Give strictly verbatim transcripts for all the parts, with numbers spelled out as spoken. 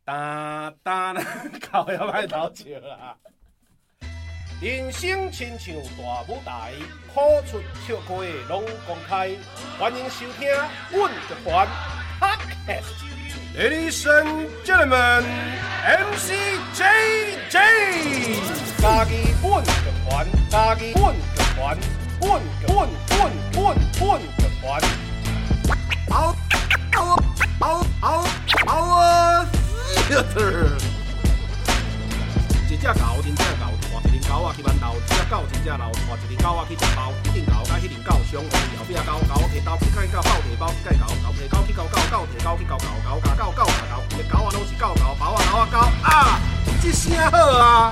哒哒啦，靠也歹偷笑啦。人生亲像大舞台，苦出笑开拢公开。欢迎收听阮剧团 Podcast。Ladies and gentlemen, M C J J， 家己阮剧团，家己阮剧团，阮阮阮阮阮剧团。嗷嗷嗷嗷嗷啊！一只狗，真正狗，带一只狗仔去馒头；一只狗，真正老，带一只狗仔去食包。一阵狗甲迄阵狗相互后壁狗，狗摕刀去甲狗，狗摕包去甲狗，狗摕狗去咬狗，狗摕狗去咬狗，狗咬狗，狗咬狗，伊个狗仔拢是狗狗，包仔狗仔狗啊！这声好啊！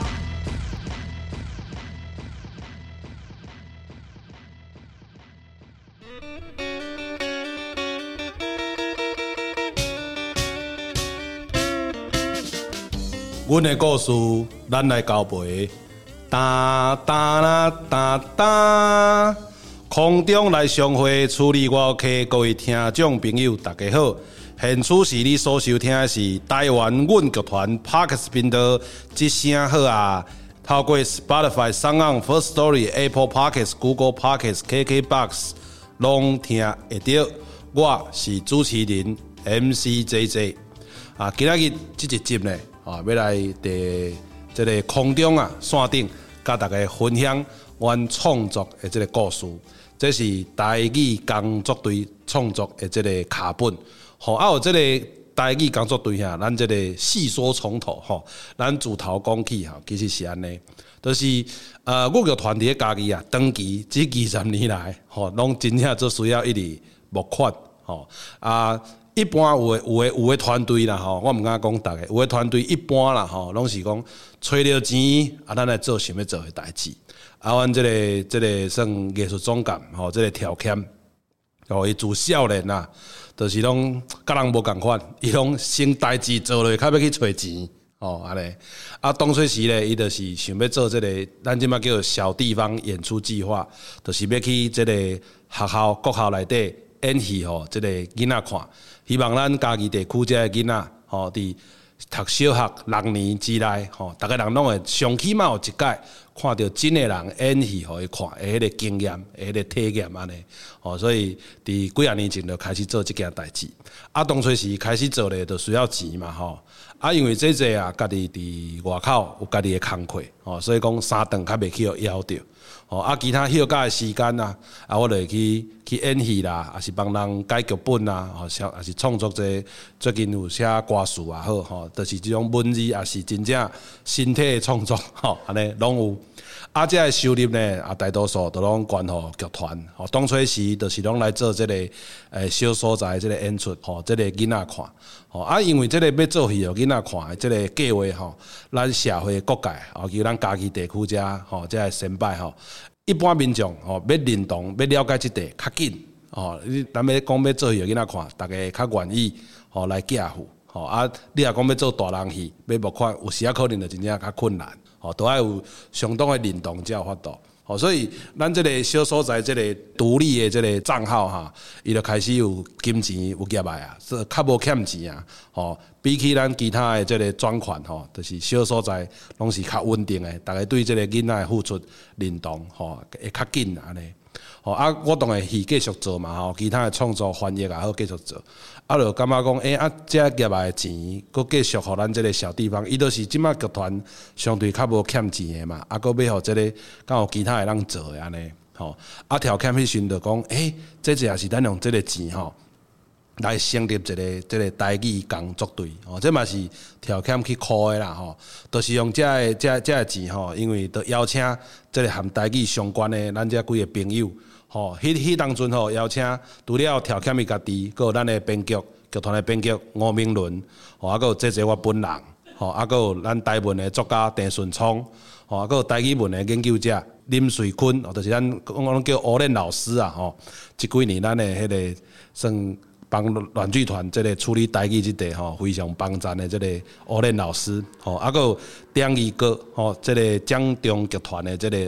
阮的故事，咱来交陪。哒哒啦哒哒，空中来相会，处理我 K 各位听众朋友，大家好。现此时你所收听的是台湾阮剧团 Podcast 频道，这声好啊！透过 Spotify、SoundOn、Firstory、Apple Podcasts、Google Podcasts、K K Box 拢听会到。我是主持人 M C J J 啊，今仔日这一集呢。啊，要来伫这个空中啊线顶，甲大家分享阮创作的这个故事。这是台语工作队创作的这个卡本。吼，啊有这个台语工作队啊，咱这个细说从头吼，咱自头讲起吼，其实是安尼，就是呃，我个团体家己啊，长期这二十年来，吼，拢真正做需要一直募款，吼啊。一般有诶有诶有诶团队啦吼，我毋敢讲逐个，有诶团队一般啦吼，拢是讲找着钱啊，咱来做想要做诶代志。啊，阮即、這个即、這个算艺术总监吼，即、這个条件，吼伊自少年啊，就是拢甲人无共款，伊拢先代志做落，较要去找钱。哦，安尼啊，当初时咧，伊就是想要做即、這个，咱即摆叫小地方演出计划，就是要去即个学校、国校内底演戏吼，即、這个囡仔看。希望咱家己地区这个囡仔，吼，伫读小学六年之内，吼，逐个人拢会上起码有一届看到真诶人演戏，互伊看，诶，迄个经验，诶，迄个体验安尼，吼，所以伫几啊年前就开始做即件代志。啊，当初时开始做咧，就需要钱嘛，吼。啊，因为这这啊，家己伫外口有家己诶工课，吼，所以讲三顿较袂去互枵着。哦，啊，其他休假的时间啊，啊，我就会去去演戏啦，也是帮人改剧本啦，吼，也是创作者最近有写歌词也好，吼，就是这种文字也是真正身体的创作，吼，安尼拢有。啊，这个收入呢，啊，大多数都拢捐互剧团，吼，当初时就是拢来做这个诶小所在这个演出，吼，这个囡仔看，吼，啊，因为这个要做戏，互囡仔看的这个计划，吼，咱社会各界，吼，叫咱家己地区遮，吼，这个先摆，吼。一般民众吼要认同、要了解即地较紧吼，你咱要讲要做戏，囡仔看，大家较愿意吼来寄付吼啊。你若讲要做大人戏，要募款，有时啊可能就真正较困难吼，都要有相当的认同才有法度。吼，所以咱即个小所在即个独立的即个账号哈，伊就开始有金钱有入来啊，是较无欠钱啊。吼，比起咱其他的即个转款吼，就是小所在拢是较稳定的，大家对即个囡仔的付出认同吼，会较紧安尼。吼啊，我当然是继续做嘛吼，其他的创作翻译也好继续做。啊，就感觉讲，诶、欸、啊，这入来的钱，佮继续互咱即个小地方，伊都是即摆剧团相对较无欠钱的嘛，啊，佮要互即个敢有其他的人做的安尼，吼，啊，条件迄时就讲，诶、欸，这只也是咱用即个钱吼来成立一个即个台语工作队，吼，这嘛是条件去靠的啦，吼，都、就是用这个这这个钱吼，因为都邀请即个含台语相关的咱这几个朋友。吼，迄迄当阵吼邀请，除了条件伊家己，佮有咱的编剧剧团的编剧吴明伦，吼，啊，佮有这这我本人，吼，啊，佮有咱台文的作家郑顺聪，吼，啊，佮有台语文的研究者林瑞坤，哦，就是咱讲讲叫吴练老师啊，吼，即几年咱的迄个算帮软剧团即个处理台语即块吼非常帮赞的即个吴练老师，吼，啊，佮有张义哥，吼，即个江中剧团的即个。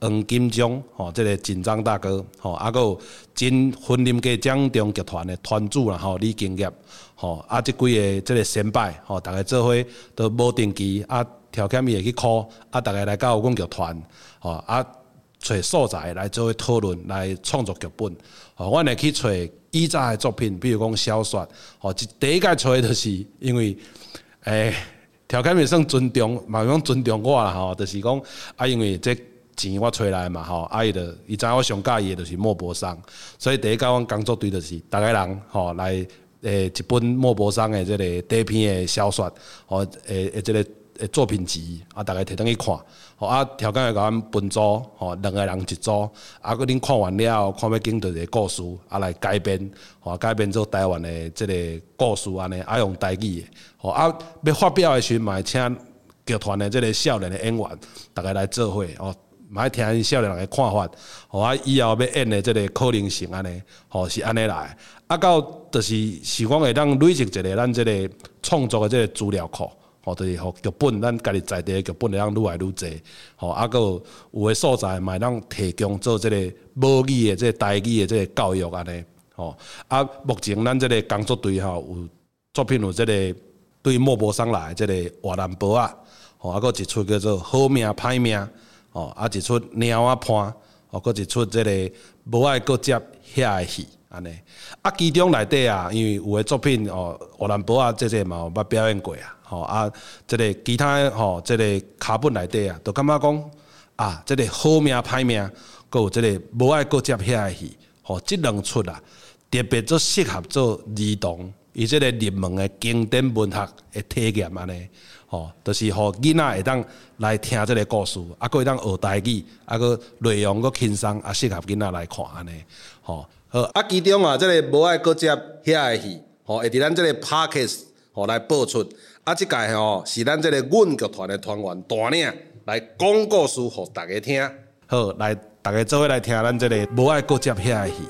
黄金章吼，即、这个紧张大哥吼，啊，还有真婚林家掌中剧团的团主啦吼，李敬业吼，啊，即几个即个先辈吼，大家做伙都无定期啊，条件伊会去 call 啊，大家来到阮剧团吼啊。找素材来做讨论，来创作剧本。吼，阮会去找以前的作品，比如讲小说。吼，第一届找的就是因为，诶，条件咪算尊重，嘛讲尊重我啦吼，就是讲啊，因为这钱我找来嘛吼，啊伊就伊知我上介意的就是莫泊桑，所以第一届阮工作队就是逐个人吼来诶一本莫泊桑的这个第一篇的小说，吼诶诶这个。诶，作品集啊，大家摕倒去看，吼啊，条件会甲阮分组，吼，两个人一组，啊，佮恁看完了，看要经着一个故事，啊来改编，吼，改编做台湾的即个故事安尼，啊用台语的，吼啊要发表的时阵嘛，请剧团的即个少年的演员，大家来做伙，哦，嘛爱听少年人的看法，吼啊以后要演的即个可能性安尼，吼是安尼来，啊到就是是讲会当累积一个咱即个创作的即个资料库。吼，就是互剧本，咱家己在地的剧本会当愈来愈侪，吼，啊，佮有有诶所在嘛，当提供做即个母语的、即个台语的即个教育安尼，吼，啊，目前咱即个工作队吼有作品有即个对莫泊桑来即个活兰波啊，吼，啊，佮一出叫做好命歹命，吼，啊，一出猫仔伴，吼，佮一出即个无爱搁接遐个戏。安尼，啊，其中内底啊，因为有诶作品哦，荷兰波啊，这些嘛有捌表演过啊，吼啊，即个其他吼，即个卡本内底啊，都感觉讲啊，即个好命歹命，佮有即个无爱搁接遐个戏，吼，即两出啊，特别做适合做儿童，伊即个入门诶经典文学诶体验安尼，吼，就是互囡仔会当来听即个故事，啊，佮会当学台语，啊，佮内容佮轻松，啊，适合囡仔来看安尼，吼。好，啊，其中啊，即个无爱搁接遐个戏，吼，会伫咱即个 Podcast 吼来播出。啊，即届吼是咱即个阮剧团的团员大领来讲故事，互大家听。好，来，大家做伙来听咱即个无爱搁接遐个戏。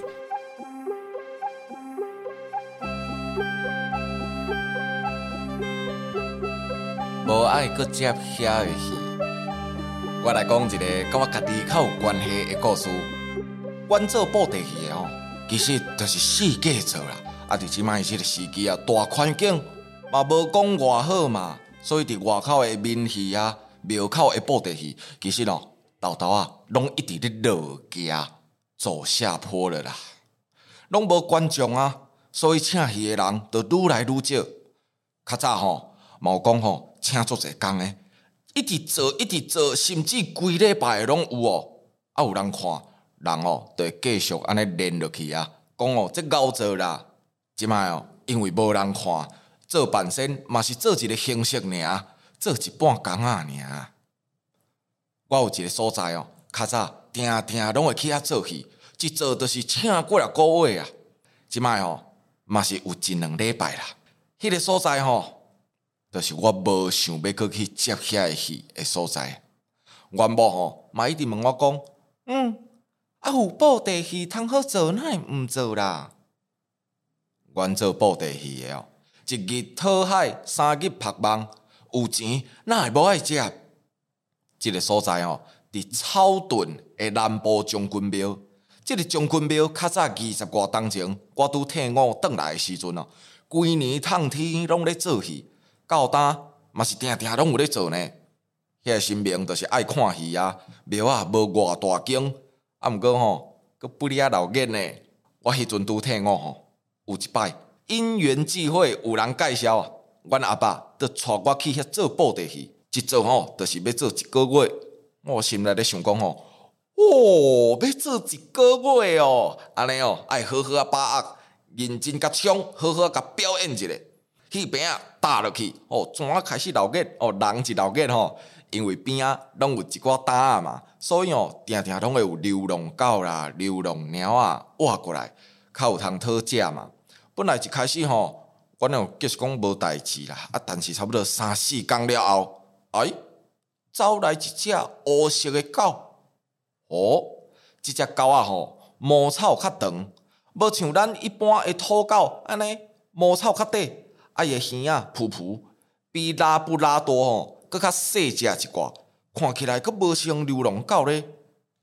无爱搁接遐个戏，我来讲一个甲我家己较有关系的故事。阮做布袋戏的吼。其实就是四界做啦，啊！伫即摆即个时机啊，大环境嘛无讲偌好嘛，所以伫外口的民戏啊、庙口的布袋戏，其实咯，豆豆啊，拢一直咧落架走下坡了啦，拢无观众啊，所以请戏的人就愈来愈少。较早吼，嘛有讲吼，请足侪工的，一直做一直做，甚至规礼拜拢有哦，啊有人看。人哦，就会继续安尼练落去啊！讲哦，这熬做啦，即摆哦，因为无人看，做半身嘛是做一个形式尔，做一半工仔尔。我有一个所在哦，较早定定拢会去遐做戏，一做就是请几啊个月啊。即摆哦，嘛是有一两礼拜啦。迄、那个所在吼，就是我无想要搁去接遐个戏的所在。阮某吼，嘛一直问我讲，嗯。啊，有布袋戏通好做，哪会毋做啦？阮做布袋戏的哦，一日讨海，三日曝网，有钱哪会无爱接？即、这个所在哦，伫草屯的南部将军庙。即、这个将军庙较早二十外当前，我拄退伍转来的时阵哦，规年透天拢咧做戏，到当嘛是定定拢有咧做呢。遐个神明就是爱看戏啊，庙啊无偌大间。啊，毋过吼，佮不哩啊老眼呢。我迄阵拄退伍吼，有一摆因缘际会，有人介绍啊，阮阿爸就带我去遐做布袋戏，一做吼，就是要做一个月。我心内咧想讲吼，哦，要做一个月哦，安尼哦，爱好好啊把握，认真甲冲，好好甲表演一下。迄边啊搭落去，哦，怎啊开始老眼，哦，人一老眼吼。因为边啊拢有一寡单啊嘛，所以哦，定定拢会有流浪狗啦、流浪猫啊挖过来，较有通讨食嘛。本来一开始吼，阮有计是讲无代志啦，啊，但是差不多三四工了后，哎，走来一只乌色的狗。哦，即只狗啊吼，毛草较长，无像咱一般的土狗安尼毛草较短，啊，伊个耳啊噗噗，比拉布拉多吼。搁较细只一寡，看起来搁无像流浪狗咧。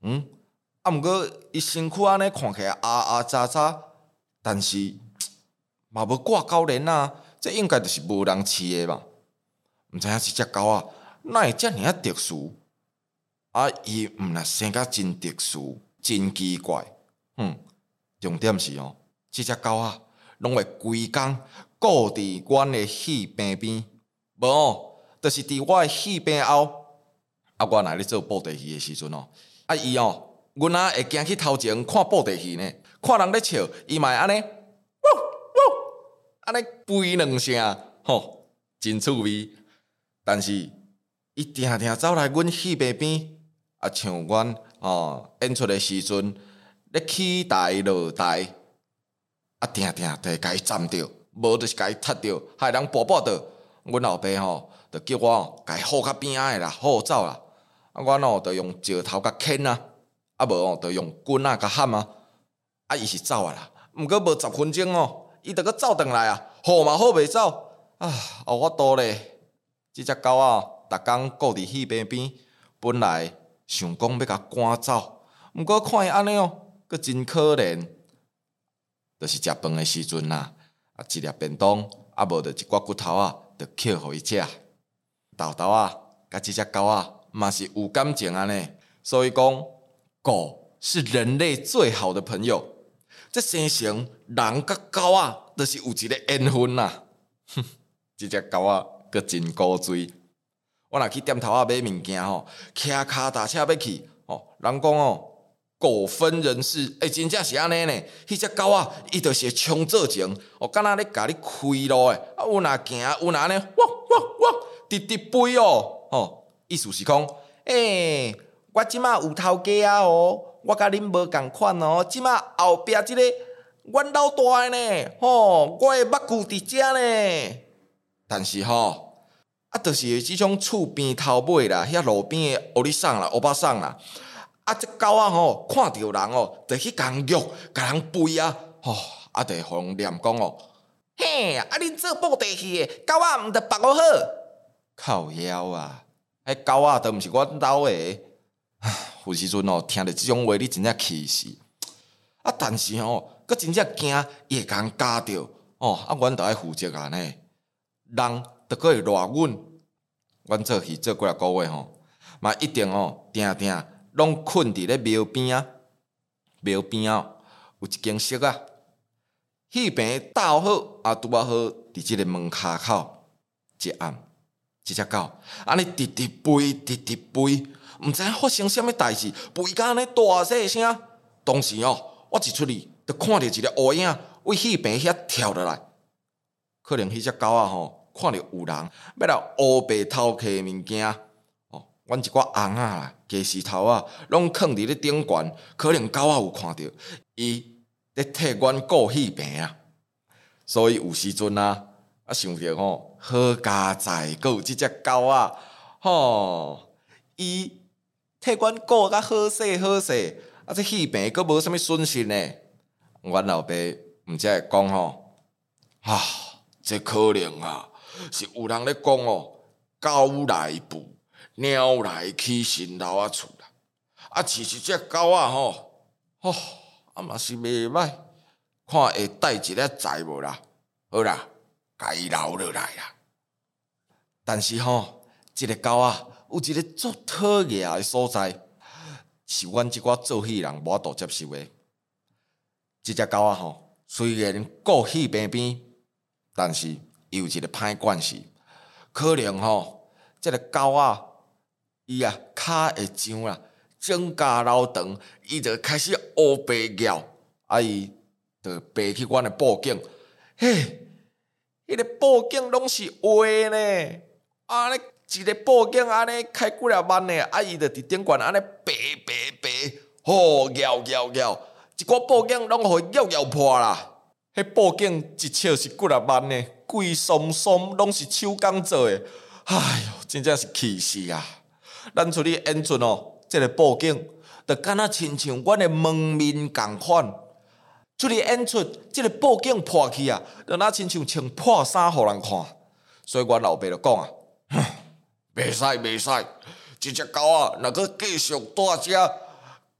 嗯，啊，毋过伊身躯安尼看起来阿阿渣渣，但是嘛无挂高连啊，这应该就是无人饲的吧？毋知影即只狗啊，哪会遮尔啊特殊？啊，伊毋若生甲真特殊，真奇怪。嗯，重点是哦，即只狗啊，拢会规工顾伫阮的戏边边，无哦，就是伫我的戏边后。啊，我若咧做布袋戏的时阵哦，啊伊哦，阮啊会行去头前看布袋戏呢，看人咧笑，伊嘛会安尼，呜呜，安尼吠两声，吼，真趣味。但是伊定定走来阮戏边边，啊，像阮哦演出的时阵，咧起台落台，啊，定定就会甲伊站着，无就是甲伊踢着，害人跋跋倒。阮后爸吼，就叫我哦，甲伊护较边仔的啦，护走啦。啊，阮哦，就用石头甲鉗啊，啊无哦，就用棍啊甲喊啊。啊，伊是走啊啦，毋过无十分钟哦，伊就搁走转来啊，好嘛好袂走啊，哦我倒咧。即只狗啊，逐工顾伫戏边边，本来想讲要甲赶走，毋过看伊安尼哦，佫真可怜。就是食饭的时阵啦，啊一粒便当，啊无就一寡骨头啊，就捡互伊食。豆豆啊，甲即只狗啊，嘛是有感情安尼。所以讲，狗是人类最好的朋友。这生成人甲狗啊，就是有一个缘分啦。哼，即只狗啊。佫真古锥，我若去店头仔买物件吼，骑骹踏车要去吼，人讲哦，狗分人士，诶、欸，真正是安尼呢。迄只狗啊，伊就是会冲做前，哦，敢若咧甲你开路诶，啊，有若行，有若安尼，哇哇哇，直直飞哦，吼，意思是讲，诶、欸，我即马有头家啊哦，我甲恁无共款哦，即马后壁即个阮老大诶呢，吼，我诶目睭伫遮呢。但是吼，啊，就是即种厝边头尾啦，遐路边的乌里桑啦、乌巴桑啦，啊，这狗啊吼，看到人哦，就去共虐，甲人吠啊，吼，啊，就会互人念讲哦，嘿，啊，恁做布袋戏的狗啊，毋得绑我好，靠腰啊，迄狗啊，都毋是阮兜的，有时阵哦，听着即种话，你真正气死，啊，但是吼，佫真正惊伊会甲人咬着，哦，啊，阮着爱负责啊呢。人就可以赖阮，阮做戏做几啊个月吼，嘛一定哦，定定拢困伫咧庙边啊，庙边啊有一间室啊，戏棚搭好啊，拄啊好伫即个门骹口一暗，即只狗安尼直直飞，直直飞，毋知发生啥物代志，飞甲安尼大细声。当时哦，我一出去就看到一个乌影为戏棚遐跳落来，可能迄只狗啊吼。看到有人要来乌白偷摕物件，哦，阮一寡翁仔啦、鸡丝头啊，拢囥伫咧顶悬，可能狗仔有看到，伊咧替阮顾戏棚啊。所以有时阵啊，啊想着吼，好佳哉，阁有即只狗仔，吼，伊替阮顾甲好势好势，啊，这戏棚阁无啥物损失呢。阮老爸毋则会讲吼，啊，这可能啊。是有人咧讲哦，狗来富，鸟来起新楼啊厝啦。啊，其实这狗啊吼，哦，啊嘛是袂歹，看会带一个财无啦。好啦，甲伊留落来啦。但是吼，即、这个狗啊，有一个足讨厌的所在，是阮即寡做戏人无法度接受的。即只狗啊吼，虽然顾戏边边，但是。伊有一个歹惯势，可能吼，即、这个狗啊，伊啊骹会上啦，指甲老长，伊就开始乌白咬，啊伊就爬去阮的布景，嘿，迄、那个布景拢是画呢，啊，尼一个布景安尼开几粒万呢，啊伊就伫顶悬安尼爬爬爬，吼咬咬咬，一寡布景拢互伊咬咬破啦。迄布景一笑是几啊万呢，贵松松拢是手工做的，哎哟，真正是气死啊！咱出去演出哦，即、这个布景就敢若亲像阮的门面共款。出去演出，即、这个布景破去啊，就若亲像穿破衫互人看。所以阮老爸就讲啊，袂使袂使，即只狗啊，若阁继续住遮，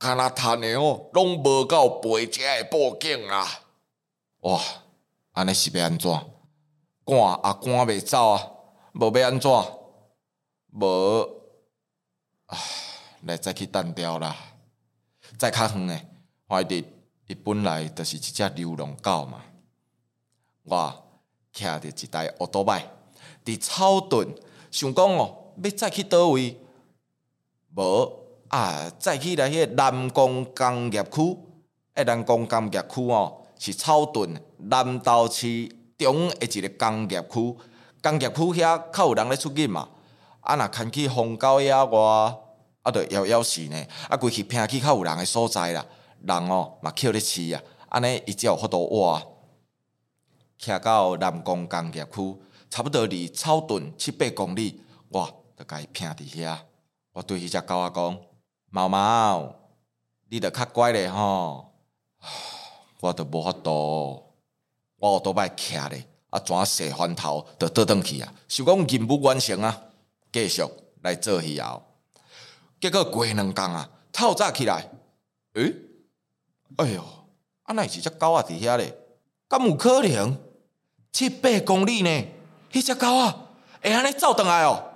敢若趁的哦，拢无够陪才会报警啦。哇，安尼是要安怎？赶也赶袂走啊，无要安怎？无，啊，来再去单调啦。再较远诶，怀疑伊本来就是一只流浪狗嘛。我徛着一台奥多麦，伫草屯，想讲哦，要再去倒位？无啊，再去来迄个南宫工业区。诶，南宫工业区哦，是草屯南投市中诶一个工业区。工业区遐较有人咧出入嘛。啊，若牵去荒郊野外，啊，着枵枵死呢。啊，规去偏去较有人诶所在啦，人哦嘛捡咧饲啊，安尼伊才有法度活。徛到南宫工业区，差不多离草屯七八公里，我着甲伊拼伫遐。我对迄只狗仔讲：毛毛，你着较乖咧吼。我着无法度，我倒摆徛咧，啊，怎洗翻头，着倒转去啊，想讲任务完成啊，继续来做戏后。结果过两工啊，透早起来，诶，哎哟，啊，哪是只狗仔伫遐咧？敢有可能？七八公里呢？迄只狗仔会安尼走转来哦？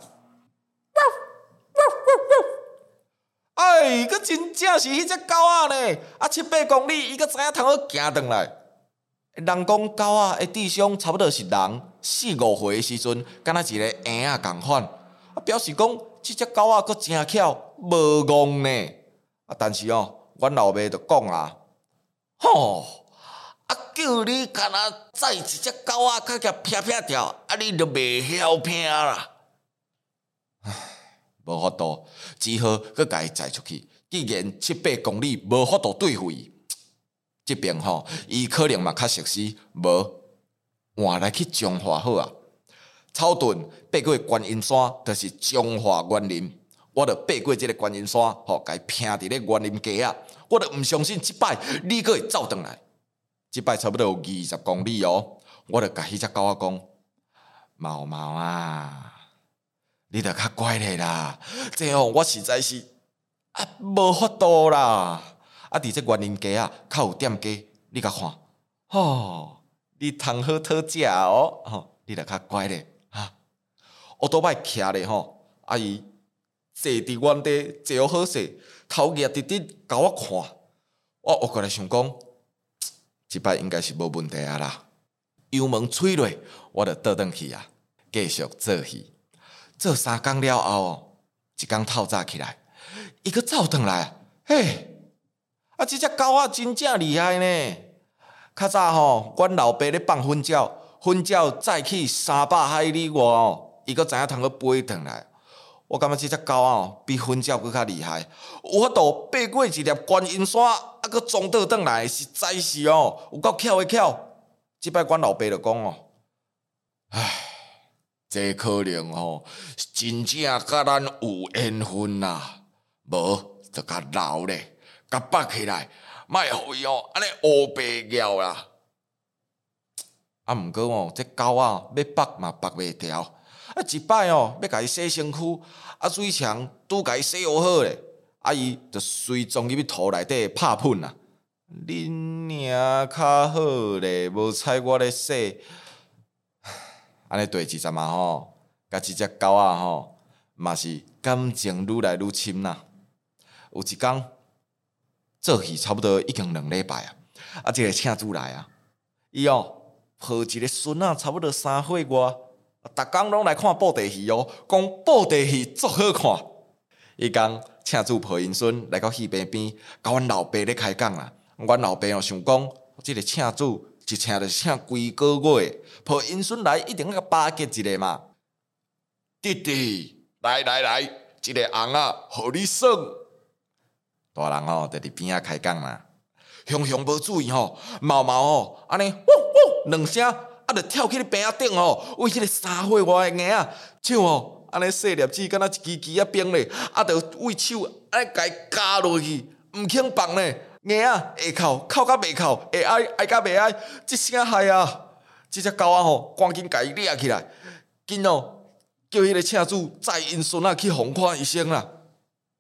哎，佮真正是迄只狗仔呢！啊，七八公里，伊佮知影通好行转来。人讲狗仔的智商差不多是人四五岁的时阵，敢若一个婴仔共款。啊，表示讲即只狗仔佮真巧，无戆呢。啊，但是哦，阮老爸就讲啊，吼。啊！叫你干那载一只狗仔，较夹撇撇条，啊！你就袂晓拼啦。唉，无法度，只好佮家己载出去。既然七八公里无法度对付伊，即边吼，伊可能嘛较熟悉，无换来去彰化好啊。草屯爬过观音山，就是彰化园林。我着爬过即个观音山，吼，家拼伫咧园林街啊。我着毋相信即摆你佫会走转来。即摆差不多有二十公里哦，我着甲迄只狗仔讲：毛毛啊，你着较乖咧啦，这吼我实在是啊无法度啦。啊，伫这园林街啊，较有店家，你甲看，吼，你通好讨食哦，吼，你着较乖咧哈。我倒摆徛咧吼，啊伊坐伫原地，坐好势，头额直直甲我看，我我过来想讲。即摆应该是无问题啊啦！油门吹落，我着倒转去啊，继续做戏。做三工了后哦，一工透早起来，伊佫走转来啊！嘿，啊，即只狗仔真正厉害呢！较早吼，阮老爸咧放粉鸟，粉鸟再去三百海里外哦，伊佫知影通去飞转来。我感觉即只狗仔比粉鸟佫较厉害，有法度爬过一粒观音山，啊，佫撞倒转来，实在是哦，有够巧的巧。即摆阮老爸就讲哦，唉，这可能吼，真正甲咱有缘分啦，无就甲留咧，甲绑起来，莫互伊哦安尼乌白了啦。啊，毋过哦，这狗仔要绑嘛绑袂牢。啊，一摆哦，要甲伊洗身躯，啊，水枪拄甲伊洗好好咧，啊，伊就随撞入去土内底拍喷啊！恁娘较好咧，无睬我咧洗，安尼第二阵啊吼，甲即只狗仔吼，嘛是感情愈来愈深啦。有一工做戏差不多已经两礼拜啊，啊，即个请主来啊，伊哦抱一个孙仔，差不多三岁外。逐工拢来看布袋戏哦，讲布袋戏足好看。伊讲请主抱因孙来到戏棚边，甲阮老爸咧开讲啦。阮老爸哦想讲，即个请主一请就是请规个月，抱因孙来一定要巴结一个嘛。弟弟，来来来，即个红啊，互你耍。大人哦，就伫边仔开讲啦。雄雄无注意吼，毛毛哦，安尼，呜呜两声。啊！就跳起咧边仔顶吼，为迄个三岁外的婴仔手吼，安尼细粒子敢若一支支啊冰咧，啊，就为手安尼家加落去，毋肯放呢。婴仔会哭，哭甲袂哭，会爱爱甲袂爱，即声害啊！即只狗仔吼，赶紧家己掠起来，紧哦，叫迄个请主载因孙仔去互看医生啦。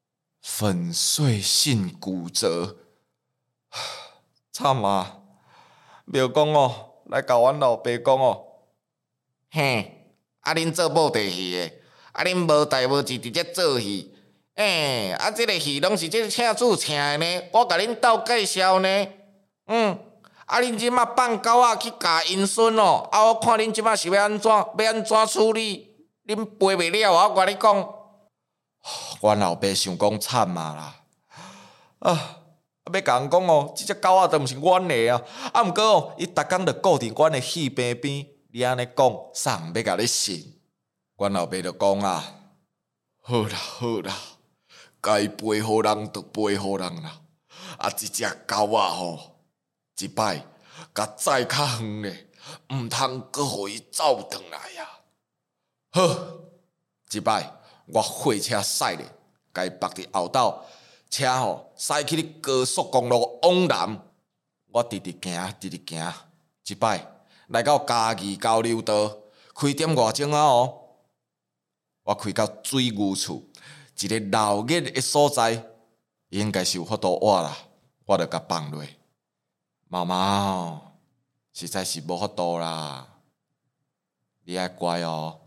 粉碎性骨折，惨啊！庙公哦，来甲阮老爸讲哦，嘿，啊恁做布袋戏的，啊恁无代无志直接做戏，诶、欸，啊这个戏拢是这个请主请的呢，我甲恁斗介绍呢，嗯，啊恁即马放狗仔去教因孙哦，啊我看恁即马是要安怎，要安怎处理，恁赔袂了啊！我甲你讲，阮老爸想讲惨嘛啦，啊。啊！要甲人讲哦，即只狗仔都毋是阮的啊！啊，毋过哦，伊逐工着固定阮的戏边边，你安尼讲，啥毋要甲你信？阮老爸着讲啊，好啦好啦，该陪好人着陪好人啦。啊，即只狗仔吼，一摆甲载较远咧，毋通阁互伊走转来啊。好，一摆我火车驶咧，甲伊绑伫后斗。车吼驶去咧高速公路往南，我直直行，直直行，一摆来到嘉义交流道，开点外钟啊哦，我开到水牛厝，一个闹热的所在，应该是有法度活啦，我着甲放落。毛毛，实在是无法度啦，你爱乖哦，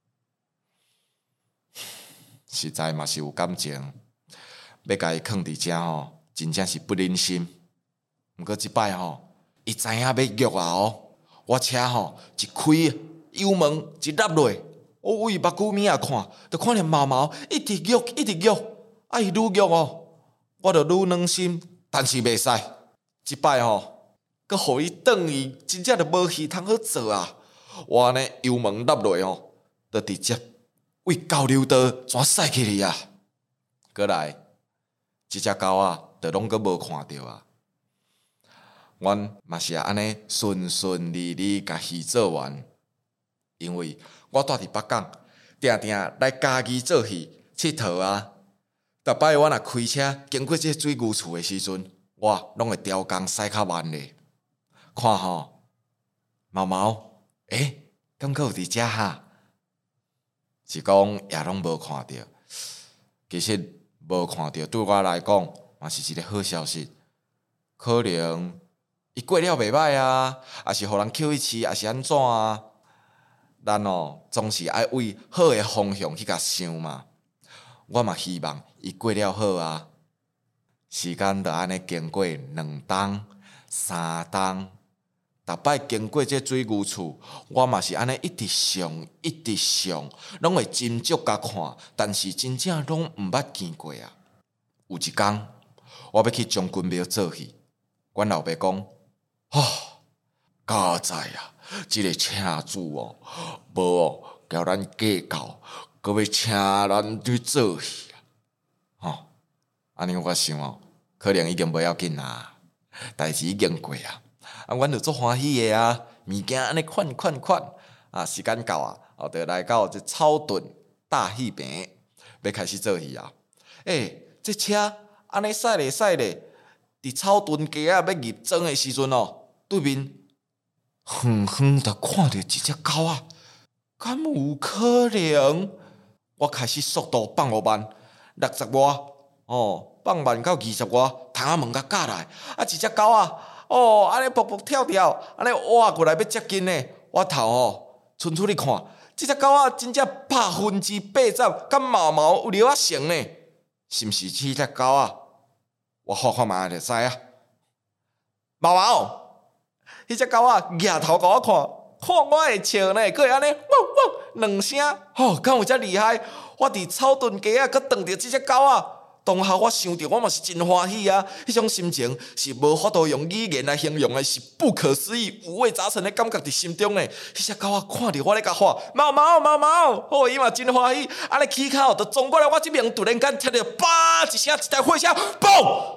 实在嘛是有感情。要甲伊囥伫遮吼，真正是不忍心。毋过即摆吼，伊知影要约啊哦，我车吼一开油门一落落，我为目睭面啊看，就看见毛毛一直约一直约，啊伊愈约哦，我就愈软心，但是袂使。即摆吼，佮互伊转去，真正就无戏通好做啊！我安尼油门落落吼，就直接为交流道全驶起去啊！过来。即只狗仔，就拢阁无看到啊！阮嘛是安尼顺顺利利甲戏做完，因为我住伫北港，定定来嘉义做戏佚佗啊。逐摆我若开车经过这水牛厝的时阵，我拢会调工驶较慢咧。看吼，毛毛，诶，敢阁有伫遮哈？是讲也拢无看到，其实。无看到，对我来讲嘛是一个好消息。可能伊过了袂歹啊，也是互人捡去饲，也是安怎啊？咱哦总是爱为好的方向去甲想嘛。我嘛希望伊过了好啊。时间就安尼经过两冬、三冬，逐摆经过这水牛厝，我嘛是安尼一直想，一直想，拢会斟酌甲看，但是真正拢毋捌见过啊。有一天，我要去将军庙做戏，阮老爸讲：啊，佳哉啊！即、这个车主哦，无哦，交咱计较，阁要请咱去做戏啊！吼，安尼我想哦，可能已经袂要紧啦，代志已经过啊。啊，阮就足欢喜的啊，物件安尼款款款啊，时间到啊，后就来到这草屯大戏棚，要开始做戏啊。诶、欸，这车安尼驶咧驶咧，伫草屯街啊要入庄的时阵哦，对面远远就看到一只狗啊，敢有可能？我开始速度放落慢，六十外哦，放慢到二十外，窗仔门甲架来，啊，一只狗啊！哦，安尼蹦蹦跳跳，安尼挖过来要接近呢。我头吼，伸出去看，即只狗仔真正百分之八十甲毛毛有了啊像呢，是毋是即只狗仔？我看看嘛就知啊。毛毛，迄只狗仔举头甲我看，看我会笑呢，佫会安尼汪汪两声，吼，敢有遮厉害？我伫草屯街啊，佫撞着即只狗仔。当下我想着，我嘛是真欢喜啊！迄种心情是无法度用语言来形容的，是不可思议、五味杂陈的感觉伫心中呢。迄只狗仔看着我咧甲喊毛毛毛毛，哦，伊嘛真欢喜，安尼起脚就撞过来我这边，突然间听到叭一声，一台火车嘣！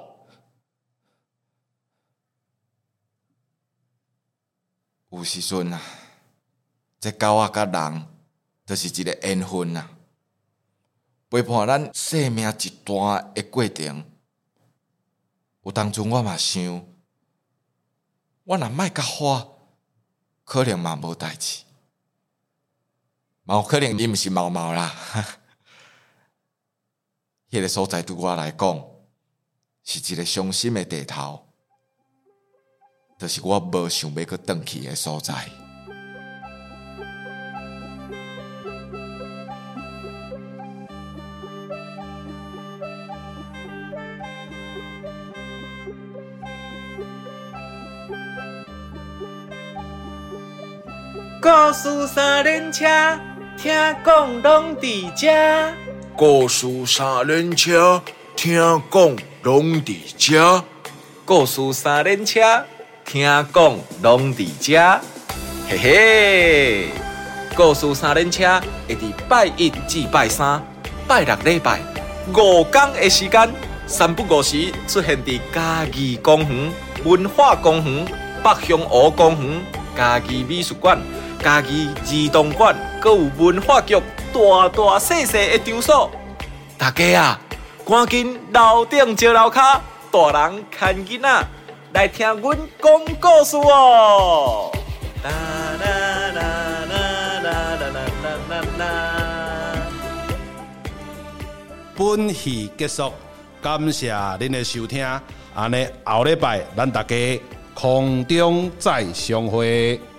有时阵啊，这狗仔甲人就是一个缘分啊。陪伴咱生命一段的过程，有当阵我嘛想，我若莫甲花，可能嘛无代志，嘛有可能伊毋是毛毛啦。 迄个所在对我来讲是一个伤心的地头，就是我无想要去转去的所在。 故事三轮车，听讲拢伫遮。 故事三轮车，听讲拢伫遮。 故事三轮车，听讲拢伫遮。嘿嘿，故事三轮车会伫拜一至拜三、拜六礼拜五天的时间，三不五时出现伫嘉义公园、文化公园、北向湖公园、嘉义美术馆、嘉义儿童馆，阁有文化局大大细细的场所。大家啊，赶紧楼顶招楼骹，大人牵囡仔来听阮讲故事哦！啦啦啦啦啦啦啦啦啦！ 本戏结束，感谢恁的收听，安尼后礼拜咱大家空中再相会。